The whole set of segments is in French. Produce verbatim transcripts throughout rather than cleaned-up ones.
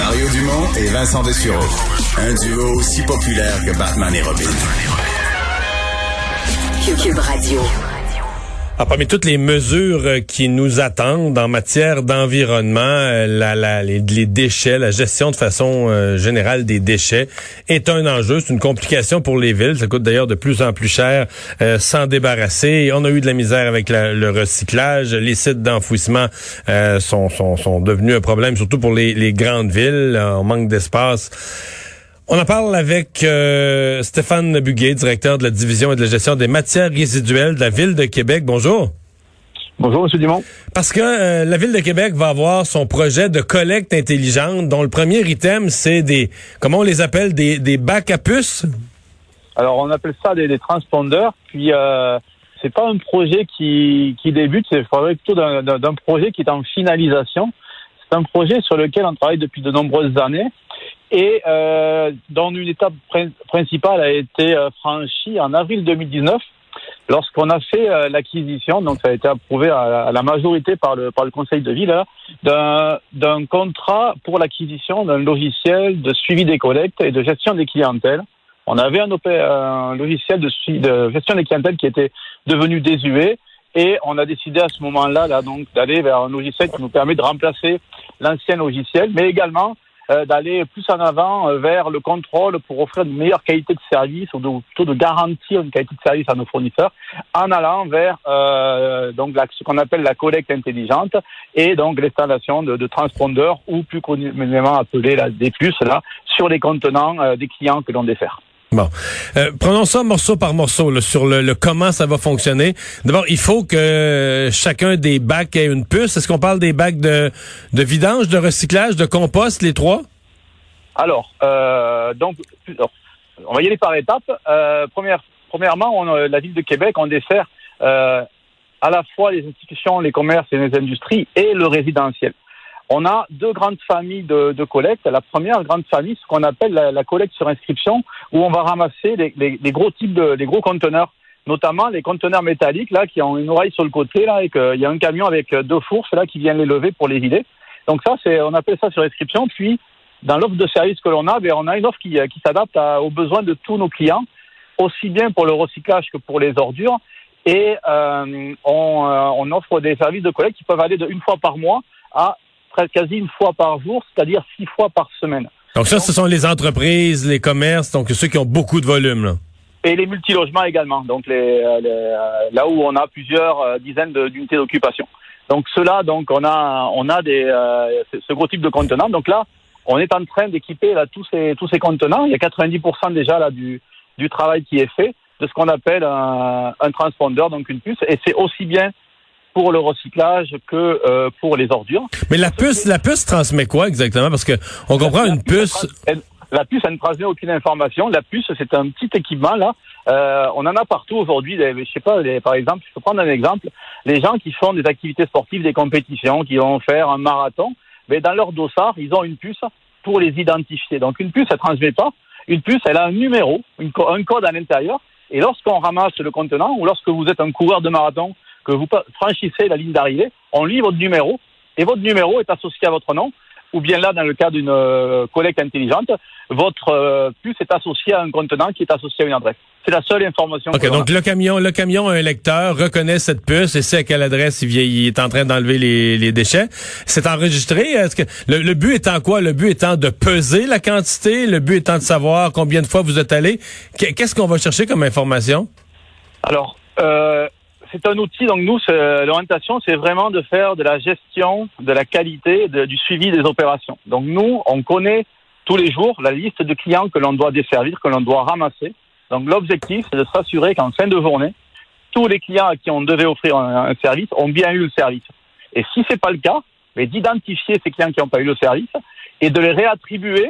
Mario Dumont et Vincent Dessureau. Un duo aussi populaire que Batman et Robin. Cube Radio. Ah, parmi toutes les mesures qui nous attendent en matière d'environnement, la, la, les, les déchets, la gestion de façon euh, générale des déchets est un enjeu. C'est une complication pour les villes. Ça coûte d'ailleurs de plus en plus cher euh, s'en débarrasser. Et on a eu de la misère avec la, le recyclage. Les sites d'enfouissement euh, sont, sont, sont devenus un problème, surtout pour les, les grandes villes. On manque d'espace. On en parle avec euh, Stéphane Buguet, directeur de la division et de la gestion des matières résiduelles de la Ville de Québec. Bonjour. Bonjour, M. Dumont. Parce que euh, la Ville de Québec va avoir son projet de collecte intelligente, dont le premier item, c'est des, comment on les appelle, des, des bacs à puces? Alors, on appelle ça des, des transpondeurs. Puis, euh, c'est pas un projet qui, qui débute, c'est plutôt d'un, d'un, d'un projet qui est en finalisation. C'est un projet sur lequel on travaille depuis de nombreuses années. Et euh, dont une étape pr- principale a été euh, franchie en avril deux mille dix-neuf, lorsqu'on a fait euh, l'acquisition, donc ça a été approuvé à, à la majorité par le par le conseil de ville, là, d'un, d'un contrat pour l'acquisition d'un logiciel de suivi des collectes et de gestion des clientèles. On avait un, opé- un logiciel de, suivi, de gestion des clientèles qui était devenu désuet, et on a décidé à ce moment-là, là, donc, d'aller vers un logiciel qui nous permet de remplacer l'ancien logiciel, mais également Euh, d'aller plus en avant euh, vers le contrôle pour offrir une meilleure qualité de service ou de, plutôt de garantir une qualité de service à nos fournisseurs en allant vers euh, donc la, ce qu'on appelle la collecte intelligente et donc l'installation de, de transpondeurs ou plus communément appelés là, des puces là, sur les contenants euh, des clients que l'on dessert. Bon. Euh, prenons ça morceau par morceau là, sur le, le comment ça va fonctionner. D'abord, il faut que chacun des bacs ait une puce. Est-ce qu'on parle des bacs de, de vidange, de recyclage, de compost, les trois? Alors, euh, donc, on va y aller par étapes. Euh, première, premièrement, on, la Ville de Québec, on dessert euh, à la fois les institutions, les commerces et les industries et le résidentiel. On a deux grandes familles de, de collecte. La première grande famille, ce qu'on appelle la, la collecte sur inscription, où on va ramasser les, les, les gros types de, les gros conteneurs, notamment les conteneurs métalliques là qui ont une oreille sur le côté là et qu'il y a un camion avec deux fourches là qui vient les lever pour les vider. Donc ça, c'est, on appelle ça sur inscription. Puis dans l'offre de service que l'on a, ben on a une offre qui, qui s'adapte à, aux besoins de tous nos clients, aussi bien pour le recyclage que pour les ordures. Et euh, on, euh, on offre des services de collecte qui peuvent aller de une fois par mois à quasi une fois par jour, c'est-à-dire six fois par semaine. Donc ça, donc, ce sont les entreprises, les commerces, donc ceux qui ont beaucoup de volume, là. Et les multilogements également, donc les, les, là où on a plusieurs euh, dizaines de, d'unités d'occupation. Donc ceux-là, donc on a on a des euh, ce gros type de contenants. Donc là, on est en train d'équiper là tous ces tous ces contenants. Il y a quatre-vingt-dix pour cent déjà là du du travail qui est fait de ce qu'on appelle un, un transpondeur, donc une puce. Et c'est aussi bien pour le recyclage que euh, pour les ordures. Mais la puce, la puce transmet quoi exactement? Parce que on comprend une puce. Elle, la puce, elle ne transmet aucune information. La puce, c'est un petit équipement là. Euh, on en a partout aujourd'hui. Je sais pas, les, par exemple, je peux prendre un exemple. Les gens qui font des activités sportives, des compétitions, qui vont faire un marathon, mais dans leur dossard, ils ont une puce pour les identifier. Donc une puce, elle transmet pas. Une puce, elle a un numéro, une, un code à l'intérieur. Et lorsqu'on ramasse le contenant, ou lorsque vous êtes un coureur de marathon, que vous franchissez la ligne d'arrivée, on lit votre numéro, et votre numéro est associé à votre nom, ou bien là, dans le cas d'une euh, collecte intelligente, votre euh, puce est associée à un contenant qui est associé à une adresse. C'est la seule information. OK, donc a. le camion, le camion a un lecteur, reconnaît cette puce et sait à quelle adresse il, vient, il est en train d'enlever les, les déchets. C'est enregistré. Est-ce que le, le but étant quoi? Le but étant de peser la quantité, le but étant de savoir combien de fois vous êtes allé. Qu'est-ce qu'on va chercher comme information? Alors, euh, c'est un outil, donc nous, c'est, l'orientation, c'est vraiment de faire de la gestion, de la qualité, de, du suivi des opérations. Donc nous, on connaît tous les jours la liste de clients que l'on doit desservir, que l'on doit ramasser. Donc l'objectif, c'est de s'assurer qu'en fin de journée, tous les clients à qui on devait offrir un, un service ont bien eu le service. Et si c'est pas le cas, mais d'identifier ces clients qui n'ont pas eu le service et de les réattribuer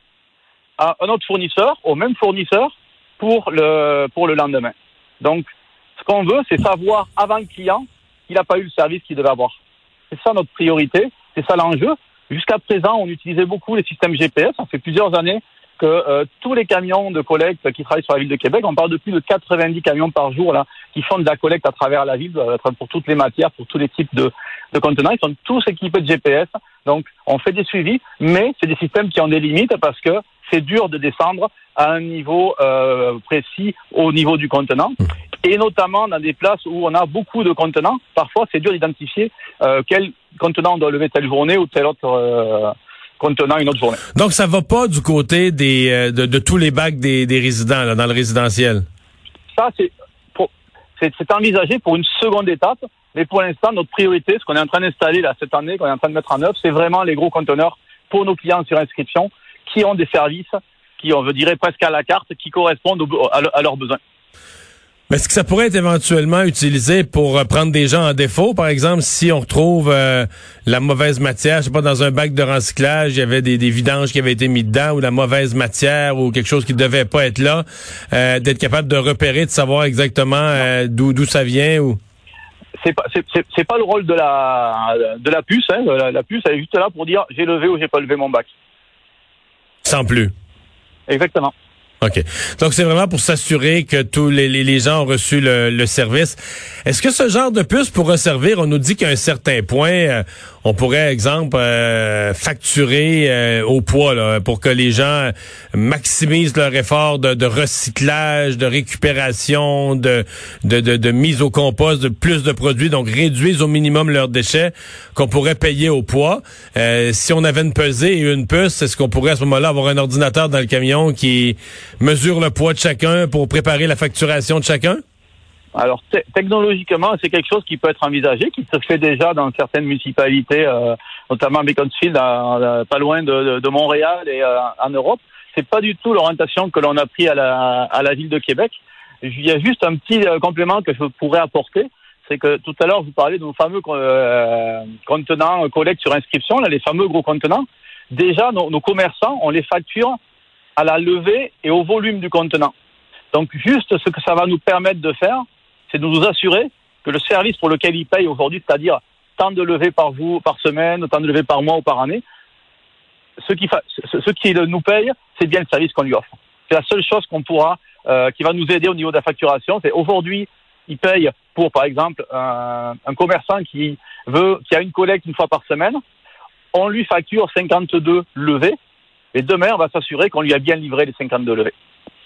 à un autre fournisseur, au même fournisseur, pour le, pour le lendemain. Donc, ce qu'on veut, c'est savoir avant le client qu'il n'a pas eu le service qu'il devait avoir. C'est ça notre priorité, c'est ça l'enjeu. Jusqu'à présent, on utilisait beaucoup les systèmes G P S. Ça fait plusieurs années que euh, tous les camions de collecte qui travaillent sur la ville de Québec, on parle de plus de quatre-vingt-dix camions par jour là qui font de la collecte à travers la ville, pour toutes les matières, pour tous les types de, de contenants, ils sont tous équipés de G P S. Donc, on fait des suivis, mais c'est des systèmes qui ont des limites parce que c'est dur de descendre à un niveau euh, précis au niveau du contenant. Et notamment dans des places où on a beaucoup de contenants, parfois c'est dur d'identifier euh, quel contenant on doit lever telle journée ou tel autre euh, contenant une autre journée. Donc ça va pas du côté des euh, de, de tous les bacs des, des résidents là, dans le résidentiel? Ça, c'est, pour, c'est, c'est envisagé pour une seconde étape, mais pour l'instant, notre priorité, ce qu'on est en train d'installer là cette année, qu'on est en train de mettre en œuvre, c'est vraiment les gros conteneurs pour nos clients sur inscription qui ont des services qui, on veut dire, presque à la carte, qui correspondent au, à, à leurs besoins. Mais est-ce que ça pourrait être éventuellement utilisé pour euh, prendre des gens en défaut? Par exemple, si on retrouve euh, la mauvaise matière, je sais pas, dans un bac de recyclage, il y avait des, des vidanges qui avaient été mis dedans, ou la mauvaise matière, ou quelque chose qui devait pas être là, euh, d'être capable de repérer, de savoir exactement euh, d'où d'où ça vient ou... C'est pas, c'est, c'est, c'est pas le rôle de la, de la puce, hein. La, la puce, elle est juste là pour dire j'ai levé ou j'ai pas levé mon bac. Sans plus. Exactement. OK. Donc, c'est vraiment pour s'assurer que tous les, les, les gens ont reçu le, le service. Est-ce que ce genre de puce pourra servir? On nous dit qu'à un certain point, euh, on pourrait, exemple, euh, facturer euh, au poids là, pour que les gens maximisent leur effort de, de recyclage, de récupération, de, de, de, de mise au compost de plus de produits, donc réduisent au minimum leurs déchets, qu'on pourrait payer au poids. Euh, si on avait une pesée et une puce, est-ce qu'on pourrait à ce moment-là avoir un ordinateur dans le camion qui mesure le poids de chacun pour préparer la facturation de chacun? Alors, te- technologiquement, c'est quelque chose qui peut être envisagé, qui se fait déjà dans certaines municipalités, euh, notamment à Beaconsfield, à, à, pas loin de, de, de Montréal et euh, en Europe. C'est pas du tout l'orientation que l'on a pris à la, à la ville de Québec. Il y a juste un petit euh, complément que je pourrais apporter. C'est que tout à l'heure, vous parlez de nos fameux euh, contenants collecte sur inscription, là, les fameux gros contenants. Déjà, nos, nos commerçants, on les facture à la levée et au volume du contenant. Donc, juste ce que ça va nous permettre de faire, c'est de nous assurer que le service pour lequel ils payent aujourd'hui, c'est-à-dire tant de levées par vous, par semaine, tant de levées par mois ou par année, ceux qui, fa- ceux qui nous payent, c'est bien le service qu'on lui offre. C'est la seule chose qu'on pourra, euh, qui va nous aider au niveau de la facturation. C'est aujourd'hui, ils payent pour, par exemple, un, un commerçant qui veut, qui a une collecte une fois par semaine. On lui facture cinquante-deux levées. Et demain, on va s'assurer qu'on lui a bien livré les cinquante-deux levées.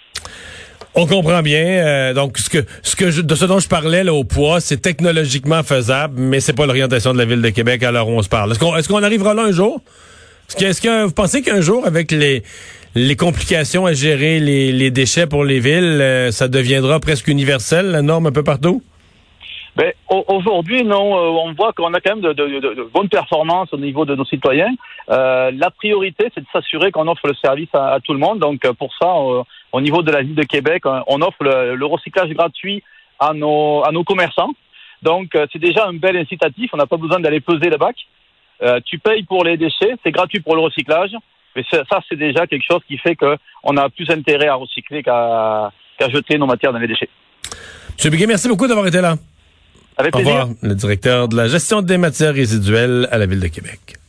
On comprend bien. Euh, donc, ce que, ce que je, de ce dont je parlais là, au poids, c'est technologiquement faisable, mais c'est pas l'orientation de la Ville de Québec à l'heure où on se parle. Est-ce qu'on, est-ce qu'on arrivera là un jour? Est-ce que, est-ce que vous pensez qu'un jour, avec les, les complications à gérer les, les déchets pour les villes, euh, ça deviendra presque universel, la norme un peu partout? Ben, aujourd'hui, non. Euh, on voit qu'on a quand même de, de, de, de bonnes performances au niveau de nos citoyens. Euh, la priorité, c'est de s'assurer qu'on offre le service à, à tout le monde. Donc, pour ça, euh, au niveau de la ville de Québec, on offre le, le recyclage gratuit à nos, à nos commerçants. Donc, euh, c'est déjà un bel incitatif. On n'a pas besoin d'aller peser le bac. Euh, tu payes pour les déchets, c'est gratuit pour le recyclage. Mais ça, ça c'est déjà quelque chose qui fait qu'on a plus intérêt à recycler qu'à, qu'à jeter nos matières dans les déchets. Monsieur Biguet, merci beaucoup d'avoir été là. Avec Au plaisir. revoir, le directeur de la gestion des matières résiduelles à la Ville de Québec.